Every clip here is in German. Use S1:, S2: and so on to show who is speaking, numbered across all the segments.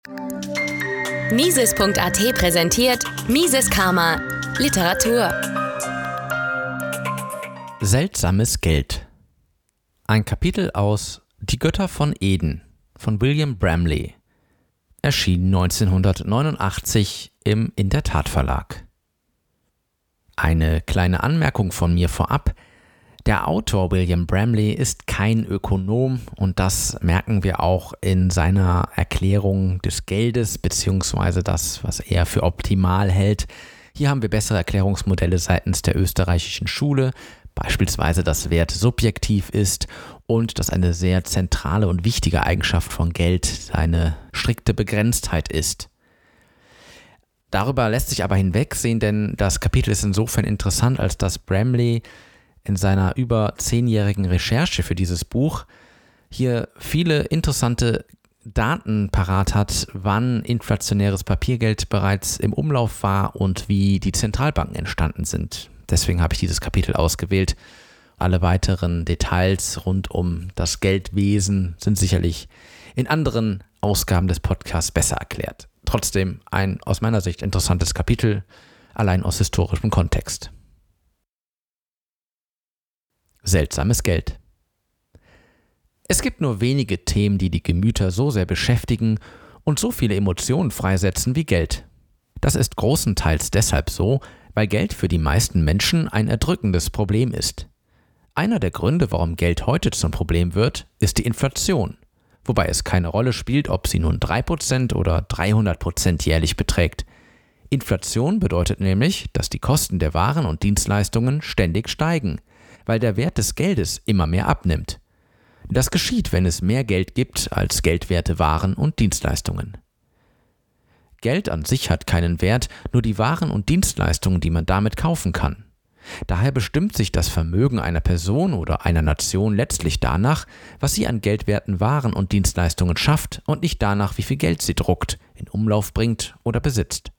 S1: Mises.at präsentiert Mises Karma Literatur.
S2: Seltsames Geld. Ein Kapitel aus Die Götter von Eden von William Bramley. Erschien 1989 im In der Tat Verlag. Eine kleine Anmerkung von mir vorab. Der Autor William Bramley ist kein Ökonom und das merken wir auch in seiner Erklärung des Geldes bzw. das, was er für optimal hält. Hier haben wir bessere Erklärungsmodelle seitens der österreichischen Schule, beispielsweise, dass Wert subjektiv ist und dass eine sehr zentrale und wichtige Eigenschaft von Geld seine strikte Begrenztheit ist. Darüber lässt sich aber hinwegsehen, denn das Kapitel ist insofern interessant, als dass Bramley in seiner über 10-jährigen Recherche für dieses Buch hier viele interessante Daten parat hat, wann inflationäres Papiergeld bereits im Umlauf war und wie die Zentralbanken entstanden sind. Deswegen habe ich dieses Kapitel ausgewählt. Alle weiteren Details rund um das Geldwesen sind sicherlich in anderen Ausgaben des Podcasts besser erklärt. Trotzdem ein aus meiner Sicht interessantes Kapitel, allein aus historischem Kontext. Seltsames Geld. Es gibt nur wenige Themen, die die Gemüter so sehr beschäftigen und so viele Emotionen freisetzen wie Geld. Das ist großenteils deshalb so, weil Geld für die meisten Menschen ein erdrückendes Problem ist. Einer der Gründe, warum Geld heute zum Problem wird, ist die Inflation, wobei es keine Rolle spielt, ob sie nun 3% oder 300% jährlich beträgt. Inflation bedeutet nämlich, dass die Kosten der Waren und Dienstleistungen ständig steigen, weil der Wert des Geldes immer mehr abnimmt. Das geschieht, wenn es mehr Geld gibt als geldwerte Waren und Dienstleistungen. Geld an sich hat keinen Wert, nur die Waren und Dienstleistungen, die man damit kaufen kann. Daher bestimmt sich das Vermögen einer Person oder einer Nation letztlich danach, was sie an geldwerten Waren und Dienstleistungen schafft und nicht danach, wie viel Geld sie druckt, in Umlauf bringt oder besitzt.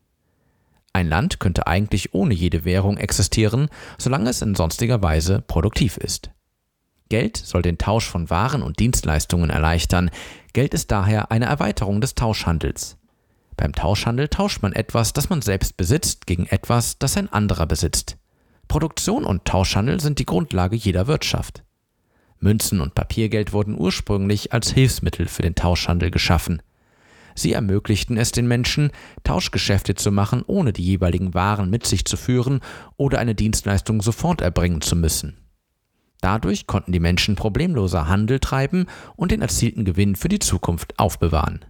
S2: Ein Land könnte eigentlich ohne jede Währung existieren, solange es in sonstiger Weise produktiv ist. Geld soll den Tausch von Waren und Dienstleistungen erleichtern. Geld ist daher eine Erweiterung des Tauschhandels. Beim Tauschhandel tauscht man etwas, das man selbst besitzt, gegen etwas, das ein anderer besitzt. Produktion und Tauschhandel sind die Grundlage jeder Wirtschaft. Münzen und Papiergeld wurden ursprünglich als Hilfsmittel für den Tauschhandel geschaffen. Sie ermöglichten es den Menschen, Tauschgeschäfte zu machen, ohne die jeweiligen Waren mit sich zu führen oder eine Dienstleistung sofort erbringen zu müssen. Dadurch konnten die Menschen problemloser Handel treiben und den erzielten Gewinn für die Zukunft aufbewahren.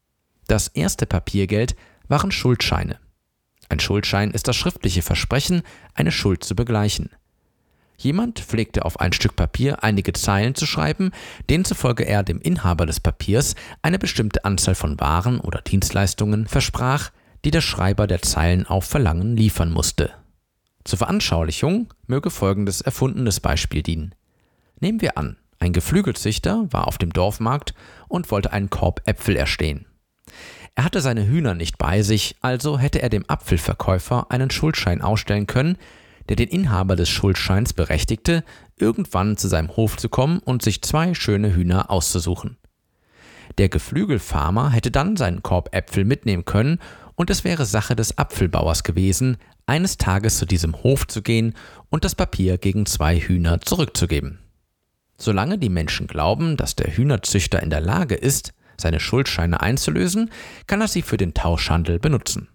S2: Das erste Papiergeld waren Schuldscheine. Ein Schuldschein ist das schriftliche Versprechen, eine Schuld zu begleichen. Jemand pflegte auf ein Stück Papier einige Zeilen zu schreiben, denen zufolge er dem Inhaber des Papiers eine bestimmte Anzahl von Waren oder Dienstleistungen versprach, die der Schreiber der Zeilen auf Verlangen liefern musste. Zur Veranschaulichung möge folgendes erfundenes Beispiel dienen. Nehmen wir an, ein Geflügelzüchter war auf dem Dorfmarkt und wollte einen Korb Äpfel erstehen. Er hatte seine Hühner nicht bei sich, also hätte er dem Apfelverkäufer einen Schuldschein ausstellen können, der den Inhaber des Schuldscheins berechtigte, irgendwann zu seinem Hof zu kommen und sich 2 schöne Hühner auszusuchen. Der Geflügelfarmer hätte dann seinen Korb Äpfel mitnehmen können und es wäre Sache des Apfelbauers gewesen, eines Tages zu diesem Hof zu gehen und das Papier gegen 2 Hühner zurückzugeben. Solange die Menschen glauben, dass der Hühnerzüchter in der Lage ist, seine Schuldscheine einzulösen, kann er sie für den Tauschhandel benutzen.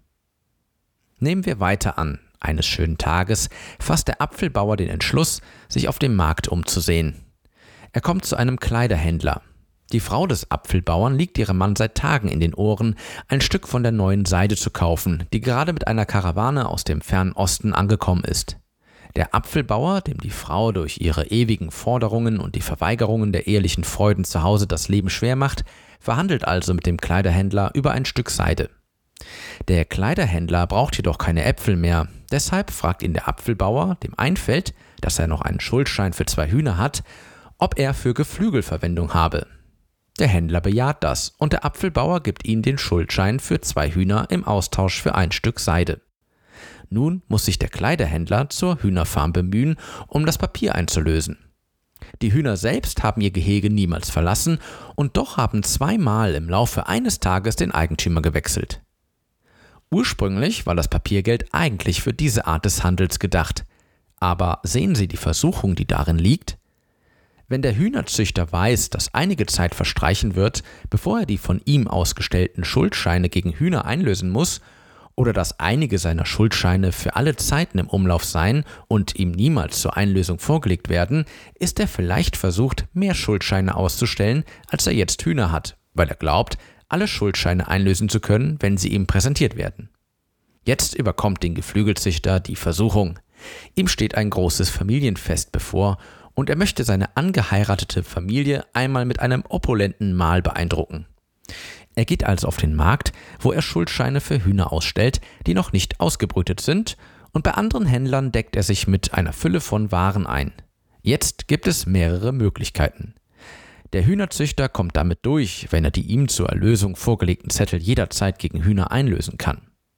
S2: Nehmen wir weiter an. Eines schönen Tages fasst der Apfelbauer den Entschluss, sich auf dem Markt umzusehen. Er kommt zu einem Kleiderhändler. Die Frau des Apfelbauern liegt ihrem Mann seit Tagen in den Ohren, ein Stück von der neuen Seide zu kaufen, die gerade mit einer Karawane aus dem fernen Osten angekommen ist. Der Apfelbauer, dem die Frau durch ihre ewigen Forderungen und die Verweigerungen der ehelichen Freuden zu Hause das Leben schwer macht, verhandelt also mit dem Kleiderhändler über ein Stück Seide. Der Kleiderhändler braucht jedoch keine Äpfel mehr, deshalb fragt ihn der Apfelbauer, dem einfällt, dass er noch einen Schuldschein für 2 Hühner hat, ob er für Geflügel Verwendung habe. Der Händler bejaht das und der Apfelbauer gibt ihm den Schuldschein für 2 Hühner im Austausch für ein Stück Seide. Nun muss sich der Kleiderhändler zur Hühnerfarm bemühen, um das Papier einzulösen. Die Hühner selbst haben ihr Gehege niemals verlassen und doch haben 2-mal im Laufe eines Tages den Eigentümer gewechselt. Ursprünglich war das Papiergeld eigentlich für diese Art des Handels gedacht. Aber sehen Sie die Versuchung, die darin liegt? Wenn der Hühnerzüchter weiß, dass einige Zeit verstreichen wird, bevor er die von ihm ausgestellten Schuldscheine gegen Hühner einlösen muss, oder dass einige seiner Schuldscheine für alle Zeiten im Umlauf seien und ihm niemals zur Einlösung vorgelegt werden, ist er vielleicht versucht, mehr Schuldscheine auszustellen, als er jetzt Hühner hat, weil er glaubt, alle Schuldscheine einlösen zu können, wenn sie ihm präsentiert werden. Jetzt überkommt den Geflügelzüchter die Versuchung. Ihm steht ein großes Familienfest bevor und er möchte seine angeheiratete Familie einmal mit einem opulenten Mahl beeindrucken. Er geht also auf den Markt, wo er Schuldscheine für Hühner ausstellt, die noch nicht ausgebrütet sind, und bei anderen Händlern deckt er sich mit einer Fülle von Waren ein. Jetzt gibt es mehrere Möglichkeiten. Der Hühnerzüchter kommt damit durch, wenn er die ihm zur Erlösung vorgelegten Zettel jederzeit gegen Hühner einlösen kann.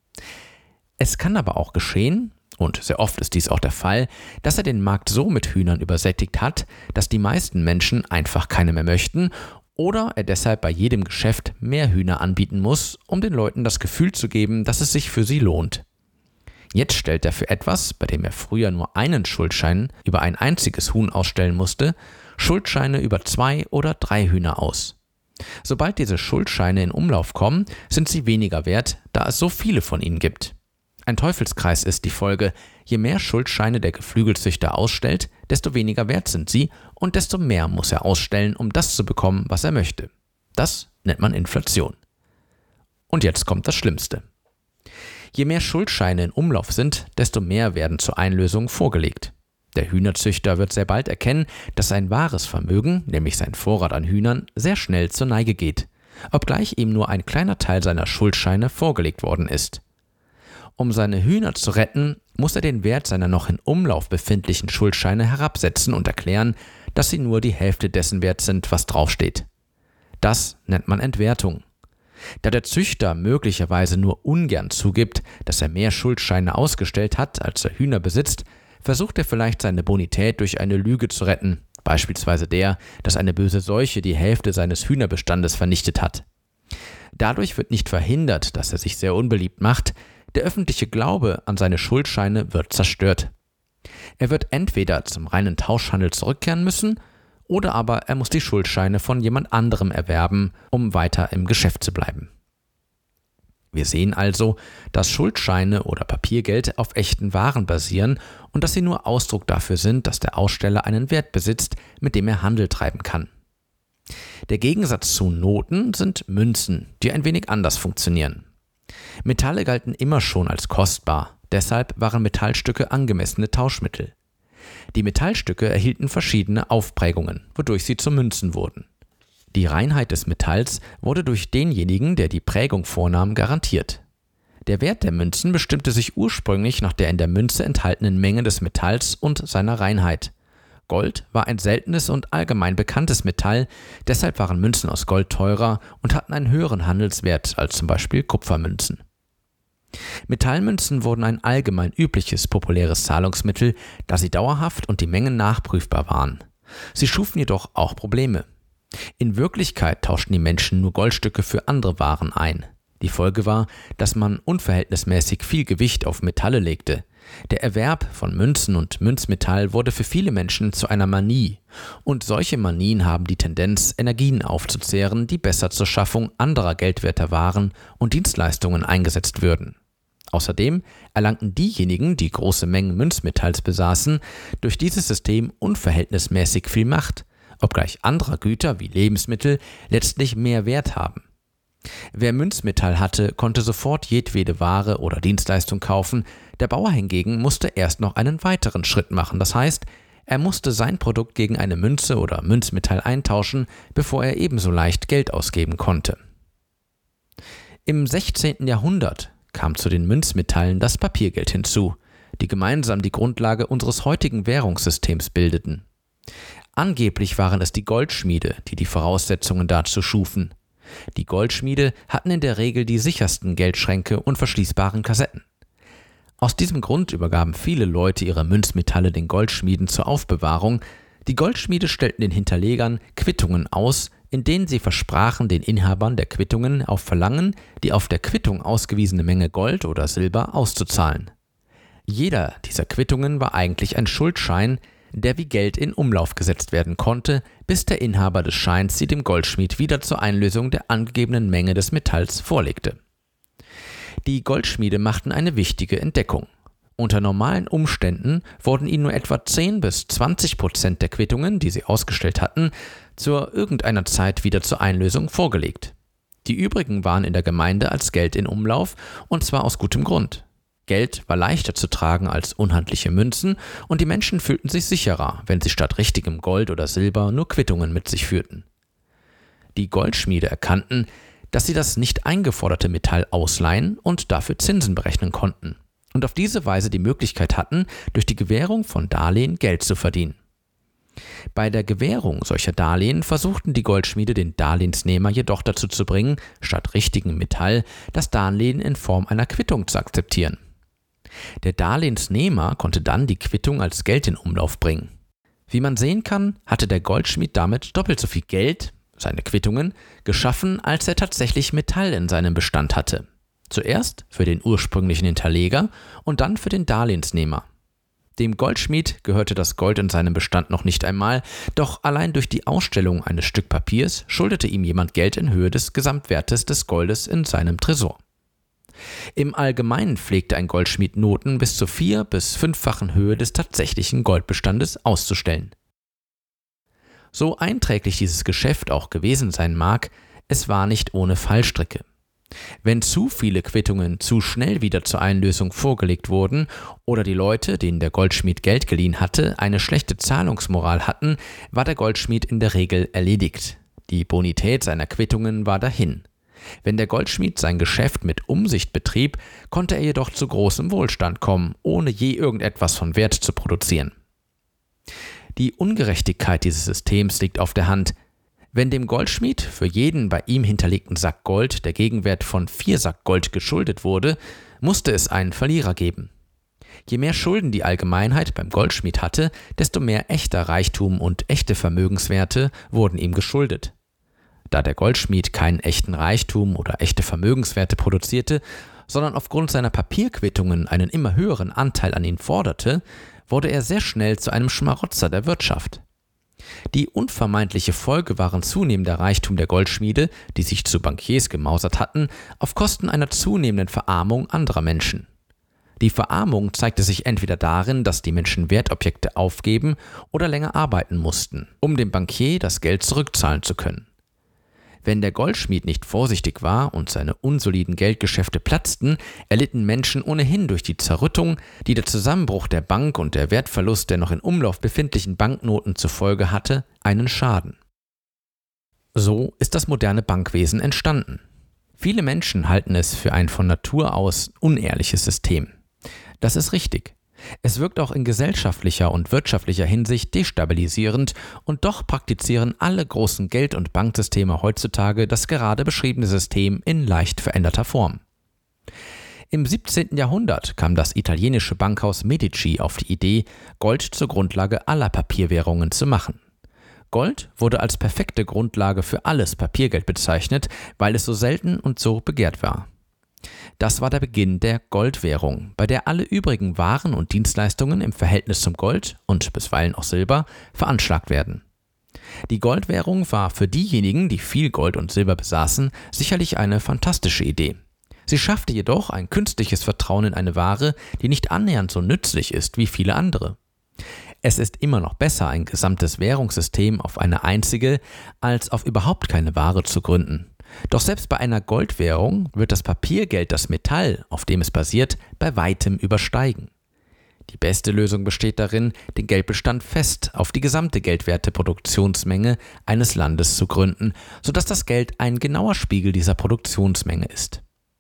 S2: Es kann aber auch geschehen, und sehr oft ist dies auch der Fall, dass er den Markt so mit Hühnern übersättigt hat, dass die meisten Menschen einfach keine mehr möchten oder er deshalb bei jedem Geschäft mehr Hühner anbieten muss, um den Leuten das Gefühl zu geben, dass es sich für sie lohnt. Jetzt stellt er für etwas, bei dem er früher nur einen Schuldschein über ein einziges Huhn ausstellen musste, Schuldscheine über 2 oder 3 Hühner aus. Sobald diese Schuldscheine in Umlauf kommen, sind sie weniger wert, da es so viele von ihnen gibt. Ein Teufelskreis ist die Folge. Je mehr Schuldscheine der Geflügelzüchter ausstellt, desto weniger wert sind sie und desto mehr muss er ausstellen, um das zu bekommen, was er möchte. Das nennt man Inflation. Und jetzt kommt das Schlimmste. Je mehr Schuldscheine in Umlauf sind, desto mehr werden zur Einlösung vorgelegt. Der Hühnerzüchter wird sehr bald erkennen, dass sein wahres Vermögen, nämlich sein Vorrat an Hühnern, sehr schnell zur Neige geht, obgleich ihm nur ein kleiner Teil seiner Schuldscheine vorgelegt worden ist. Um seine Hühner zu retten, muss er den Wert seiner noch in Umlauf befindlichen Schuldscheine herabsetzen und erklären, dass sie nur die Hälfte dessen wert sind, was draufsteht. Das nennt man Entwertung. Da der Züchter möglicherweise nur ungern zugibt, dass er mehr Schuldscheine ausgestellt hat, als er Hühner besitzt, versucht er vielleicht seine Bonität durch eine Lüge zu retten, beispielsweise dass eine böse Seuche die Hälfte seines Hühnerbestandes vernichtet hat. Dadurch wird nicht verhindert, dass er sich sehr unbeliebt macht. Der öffentliche Glaube an seine Schuldscheine wird zerstört. Er wird entweder zum reinen Tauschhandel zurückkehren müssen, oder aber er muss die Schuldscheine von jemand anderem erwerben, um weiter im Geschäft zu bleiben. Wir sehen also, dass Schuldscheine oder Papiergeld auf echten Waren basieren und dass sie nur Ausdruck dafür sind, dass der Aussteller einen Wert besitzt, mit dem er Handel treiben kann. Der Gegensatz zu Noten sind Münzen, die ein wenig anders funktionieren. Metalle galten immer schon als kostbar, deshalb waren Metallstücke angemessene Tauschmittel. Die Metallstücke erhielten verschiedene Aufprägungen, wodurch sie zu Münzen wurden. Die Reinheit des Metalls wurde durch denjenigen, der die Prägung vornahm, garantiert. Der Wert der Münzen bestimmte sich ursprünglich nach der in der Münze enthaltenen Menge des Metalls und seiner Reinheit. Gold war ein seltenes und allgemein bekanntes Metall, deshalb waren Münzen aus Gold teurer und hatten einen höheren Handelswert als zum Beispiel Kupfermünzen. Metallmünzen wurden ein allgemein übliches, populäres Zahlungsmittel, da sie dauerhaft und die Mengen nachprüfbar waren. Sie schufen jedoch auch Probleme. In Wirklichkeit tauschten die Menschen nur Goldstücke für andere Waren ein. Die Folge war, dass man unverhältnismäßig viel Gewicht auf Metalle legte. Der Erwerb von Münzen und Münzmetall wurde für viele Menschen zu einer Manie. Und solche Manien haben die Tendenz, Energien aufzuzehren, die besser zur Schaffung anderer geldwerter Waren und Dienstleistungen eingesetzt würden. Außerdem erlangten diejenigen, die große Mengen Münzmetalls besaßen, durch dieses System unverhältnismäßig viel Macht, obgleich andere Güter wie Lebensmittel letztlich mehr Wert haben. Wer Münzmetall hatte, konnte sofort jedwede Ware oder Dienstleistung kaufen, der Bauer hingegen musste erst noch einen weiteren Schritt machen, das heißt, er musste sein Produkt gegen eine Münze oder Münzmetall eintauschen, bevor er ebenso leicht Geld ausgeben konnte. Im 16. Jahrhundert kam zu den Münzmetallen das Papiergeld hinzu, die gemeinsam die Grundlage unseres heutigen Währungssystems bildeten. Angeblich waren es die Goldschmiede, die die Voraussetzungen dazu schufen. Die Goldschmiede hatten in der Regel die sichersten Geldschränke und verschließbaren Kassetten. Aus diesem Grund übergaben viele Leute ihre Münzmetalle den Goldschmieden zur Aufbewahrung, Die Goldschmiede stellten den Hinterlegern Quittungen aus, in denen sie versprachen, den Inhabern der Quittungen auf Verlangen die auf der Quittung ausgewiesene Menge Gold oder Silber auszuzahlen. Jeder dieser Quittungen war eigentlich ein Schuldschein, der wie Geld in Umlauf gesetzt werden konnte, bis der Inhaber des Scheins sie dem Goldschmied wieder zur Einlösung der angegebenen Menge des Metalls vorlegte. Die Goldschmiede machten eine wichtige Entdeckung. Unter normalen Umständen wurden ihnen nur etwa 10-20% der Quittungen, die sie ausgestellt hatten, zu irgendeiner Zeit wieder zur Einlösung vorgelegt. Die übrigen waren in der Gemeinde als Geld in Umlauf, und zwar aus gutem Grund. Geld war leichter zu tragen als unhandliche Münzen, und die Menschen fühlten sich sicherer, wenn sie statt richtigem Gold oder Silber nur Quittungen mit sich führten. Die Goldschmiede erkannten, dass sie das nicht eingeforderte Metall ausleihen und dafür Zinsen berechnen konnten und auf diese Weise die Möglichkeit hatten, durch die Gewährung von Darlehen Geld zu verdienen. Bei der Gewährung solcher Darlehen versuchten die Goldschmiede den Darlehensnehmer jedoch dazu zu bringen, statt richtigem Metall das Darlehen in Form einer Quittung zu akzeptieren. Der Darlehensnehmer konnte dann die Quittung als Geld in Umlauf bringen. Wie man sehen kann, hatte der Goldschmied damit doppelt so viel Geld, seine Quittungen, geschaffen, als er tatsächlich Metall in seinem Bestand hatte. Zuerst für den ursprünglichen Hinterleger und dann für den Darlehensnehmer. Dem Goldschmied gehörte das Gold in seinem Bestand noch nicht einmal, doch allein durch die Ausstellung eines Stück Papiers schuldete ihm jemand Geld in Höhe des Gesamtwertes des Goldes in seinem Tresor. Im Allgemeinen pflegte ein Goldschmied Noten bis zur 4- bis 5-fachen Höhe des tatsächlichen Goldbestandes auszustellen. So einträglich dieses Geschäft auch gewesen sein mag, es war nicht ohne Fallstricke. Wenn zu viele Quittungen zu schnell wieder zur Einlösung vorgelegt wurden oder die Leute, denen der Goldschmied Geld geliehen hatte, eine schlechte Zahlungsmoral hatten, war der Goldschmied in der Regel erledigt. Die Bonität seiner Quittungen war dahin. Wenn der Goldschmied sein Geschäft mit Umsicht betrieb, konnte er jedoch zu großem Wohlstand kommen, ohne je irgendetwas von Wert zu produzieren. Die Ungerechtigkeit dieses Systems liegt auf der Hand. Wenn dem Goldschmied für jeden bei ihm hinterlegten Sack Gold der Gegenwert von 4 Sack Gold geschuldet wurde, musste es einen Verlierer geben. Je mehr Schulden die Allgemeinheit beim Goldschmied hatte, desto mehr echter Reichtum und echte Vermögenswerte wurden ihm geschuldet. Da der Goldschmied keinen echten Reichtum oder echte Vermögenswerte produzierte, sondern aufgrund seiner Papierquittungen einen immer höheren Anteil an ihn forderte, wurde er sehr schnell zu einem Schmarotzer der Wirtschaft. Die unvermeidliche Folge waren zunehmender Reichtum der Goldschmiede, die sich zu Bankiers gemausert hatten, auf Kosten einer zunehmenden Verarmung anderer Menschen. Die Verarmung zeigte sich entweder darin, dass die Menschen Wertobjekte aufgeben oder länger arbeiten mussten, um dem Bankier das Geld zurückzahlen zu können. Wenn der Goldschmied nicht vorsichtig war und seine unsoliden Geldgeschäfte platzten, erlitten Menschen ohnehin durch die Zerrüttung, die der Zusammenbruch der Bank und der Wertverlust der noch in Umlauf befindlichen Banknoten zur Folge hatte, einen Schaden. So ist das moderne Bankwesen entstanden. Viele Menschen halten es für ein von Natur aus unehrliches System. Das ist richtig. Es wirkt auch in gesellschaftlicher und wirtschaftlicher Hinsicht destabilisierend, und doch praktizieren alle großen Geld- und Banksysteme heutzutage das gerade beschriebene System in leicht veränderter Form. Im 17. Jahrhundert kam das italienische Bankhaus Medici auf die Idee, Gold zur Grundlage aller Papierwährungen zu machen. Gold wurde als perfekte Grundlage für alles Papiergeld bezeichnet, weil es so selten und so begehrt war. Das war der Beginn der Goldwährung, bei der alle übrigen Waren und Dienstleistungen im Verhältnis zum Gold und bisweilen auch Silber veranschlagt werden. Die Goldwährung war für diejenigen, die viel Gold und Silber besaßen, sicherlich eine fantastische Idee. Sie schaffte jedoch ein künstliches Vertrauen in eine Ware, die nicht annähernd so nützlich ist wie viele andere. Es ist immer noch besser, ein gesamtes Währungssystem auf eine einzige, als auf überhaupt keine Ware zu gründen. Doch selbst bei einer Goldwährung wird das Papiergeld das Metall, auf dem es basiert, bei weitem übersteigen. Die beste Lösung besteht darin, den Geldbestand fest auf die gesamte Geldwerteproduktionsmenge eines Landes zu gründen, sodass das Geld ein genauer Spiegel dieser Produktionsmenge ist.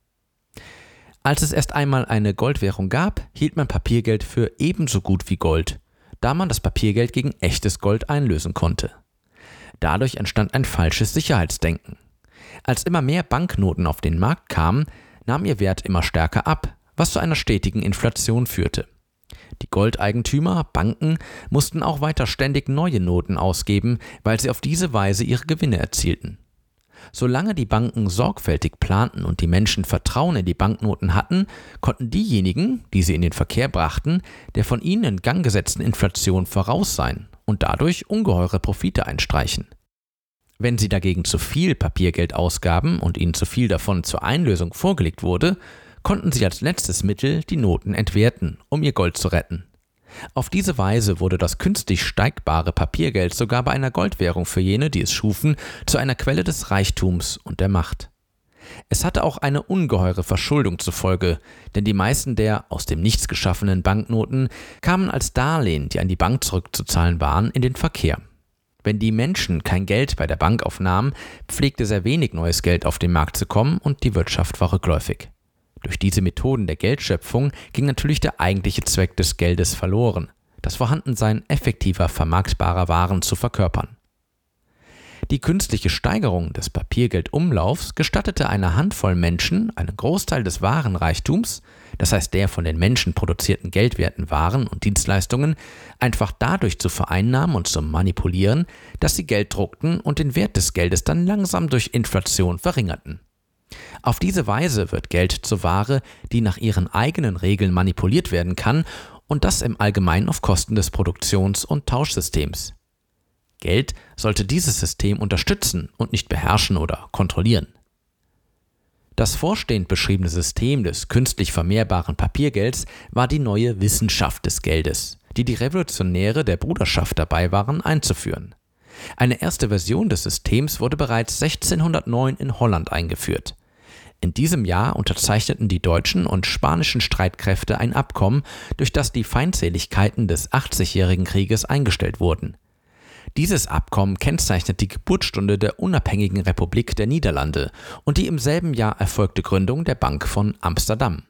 S2: Als es erst einmal eine Goldwährung gab, hielt man Papiergeld für ebenso gut wie Gold, da man das Papiergeld gegen echtes Gold einlösen konnte. Dadurch entstand ein falsches Sicherheitsdenken. Als immer mehr Banknoten auf den Markt kamen, nahm ihr Wert immer stärker ab, was zu einer stetigen Inflation führte. Die Goldeigentümer, Banken, mussten auch weiter ständig neue Noten ausgeben, weil sie auf diese Weise ihre Gewinne erzielten. Solange die Banken sorgfältig planten und die Menschen Vertrauen in die Banknoten hatten, konnten diejenigen, die sie in den Verkehr brachten, der von ihnen in Gang gesetzten Inflation voraus sein und dadurch ungeheure Profite einstreichen. Wenn sie dagegen zu viel Papiergeld ausgaben und ihnen zu viel davon zur Einlösung vorgelegt wurde, konnten sie als letztes Mittel die Noten entwerten, um ihr Gold zu retten. Auf diese Weise wurde das künstlich steigbare Papiergeld sogar bei einer Goldwährung für jene, die es schufen, zu einer Quelle des Reichtums und der Macht. Es hatte auch eine ungeheure Verschuldung zur Folge, denn die meisten der aus dem Nichts geschaffenen Banknoten kamen als Darlehen, die an die Bank zurückzuzahlen waren, in den Verkehr. Wenn die Menschen kein Geld bei der Bank aufnahmen, pflegte sehr wenig neues Geld auf den Markt zu kommen und die Wirtschaft war rückläufig. Durch diese Methoden der Geldschöpfung ging natürlich der eigentliche Zweck des Geldes verloren, das Vorhandensein effektiver vermarktbarer Waren zu verkörpern. Die künstliche Steigerung des Papiergeldumlaufs gestattete einer Handvoll Menschen einen Großteil des Warenreichtums, das heißt der von den Menschen produzierten geldwerten Waren und Dienstleistungen, einfach dadurch zu vereinnahmen und zu manipulieren, dass sie Geld druckten und den Wert des Geldes dann langsam durch Inflation verringerten. Auf diese Weise wird Geld zur Ware, die nach ihren eigenen Regeln manipuliert werden kann und das im Allgemeinen auf Kosten des Produktions- und Tauschsystems. Geld sollte dieses System unterstützen und nicht beherrschen oder kontrollieren. Das vorstehend beschriebene System des künstlich vermehrbaren Papiergelds war die neue Wissenschaft des Geldes, die die Revolutionäre der Bruderschaft dabei waren einzuführen. Eine erste Version des Systems wurde bereits 1609 in Holland eingeführt. In diesem Jahr unterzeichneten die deutschen und spanischen Streitkräfte ein Abkommen, durch das die Feindseligkeiten des 80-jährigen Krieges eingestellt wurden. Dieses Abkommen kennzeichnet die Geburtsstunde der unabhängigen Republik der Niederlande und die im selben Jahr erfolgte Gründung der Bank von Amsterdam.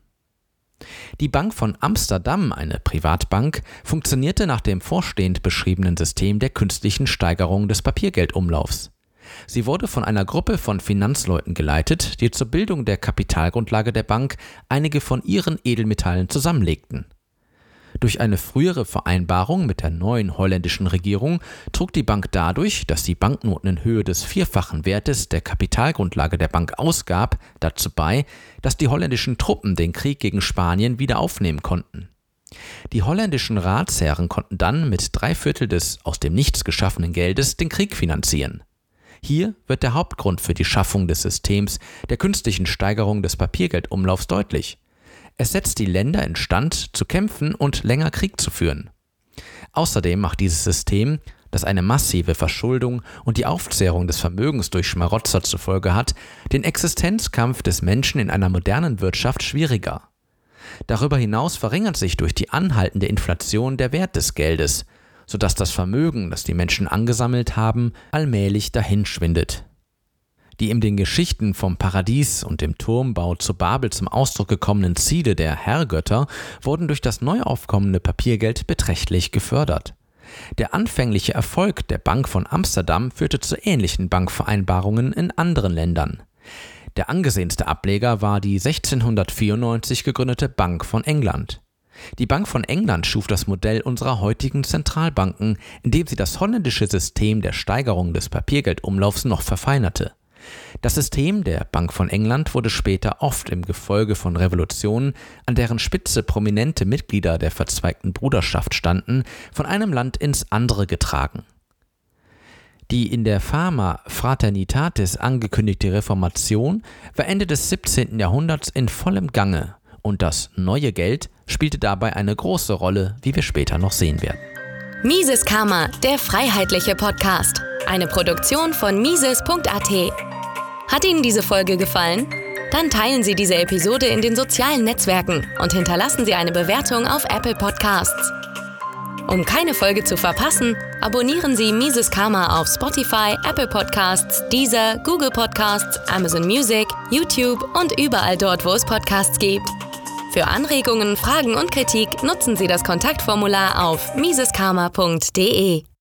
S2: Die Bank von Amsterdam, eine Privatbank, funktionierte nach dem vorstehend beschriebenen System der künstlichen Steigerung des Papiergeldumlaufs. Sie wurde von einer Gruppe von Finanzleuten geleitet, die zur Bildung der Kapitalgrundlage der Bank einige von ihren Edelmetallen zusammenlegten. Durch eine frühere Vereinbarung mit der neuen holländischen Regierung trug die Bank dadurch, dass die Banknoten in Höhe des 4-fachen Wertes der Kapitalgrundlage der Bank ausgab, dazu bei, dass die holländischen Truppen den Krieg gegen Spanien wieder aufnehmen konnten. Die holländischen Ratsherren konnten dann mit 3/4 des aus dem Nichts geschaffenen Geldes den Krieg finanzieren. Hier wird der Hauptgrund für die Schaffung des Systems der künstlichen Steigerung des Papiergeldumlaufs deutlich. Es setzt die Länder instand, zu kämpfen und länger Krieg zu führen. Außerdem macht dieses System, das eine massive Verschuldung und die Aufzehrung des Vermögens durch Schmarotzer zur Folge hat, den Existenzkampf des Menschen in einer modernen Wirtschaft schwieriger. Darüber hinaus verringert sich durch die anhaltende Inflation der Wert des Geldes, sodass das Vermögen, das die Menschen angesammelt haben, allmählich dahinschwindet. Die in den Geschichten vom Paradies und dem Turmbau zu Babel zum Ausdruck gekommenen Ziele der Herrgötter wurden durch das neu aufkommende Papiergeld beträchtlich gefördert. Der anfängliche Erfolg der Bank von Amsterdam führte zu ähnlichen Bankvereinbarungen in anderen Ländern. Der angesehenste Ableger war die 1694 gegründete Bank von England. Die Bank von England schuf das Modell unserer heutigen Zentralbanken, indem sie das holländische System der Steigerung des Papiergeldumlaufs noch verfeinerte. Das System der Bank von England wurde später oft im Gefolge von Revolutionen, an deren Spitze prominente Mitglieder der verzweigten Bruderschaft standen, von einem Land ins andere getragen. Die in der Fama Fraternitatis angekündigte Reformation war Ende des 17. Jahrhunderts in vollem Gange und das neue Geld spielte dabei eine große Rolle, wie wir später noch sehen werden.
S1: Mises Karma, der freiheitliche Podcast. Eine Produktion von Mises.at. Hat Ihnen diese Folge gefallen? Dann teilen Sie diese Episode in den sozialen Netzwerken und hinterlassen Sie eine Bewertung auf Apple Podcasts. Um keine Folge zu verpassen, abonnieren Sie Mises Karma auf Spotify, Apple Podcasts, Deezer, Google Podcasts, Amazon Music, YouTube und überall dort, wo es Podcasts gibt. Für Anregungen, Fragen und Kritik nutzen Sie das Kontaktformular auf miseskarma.de.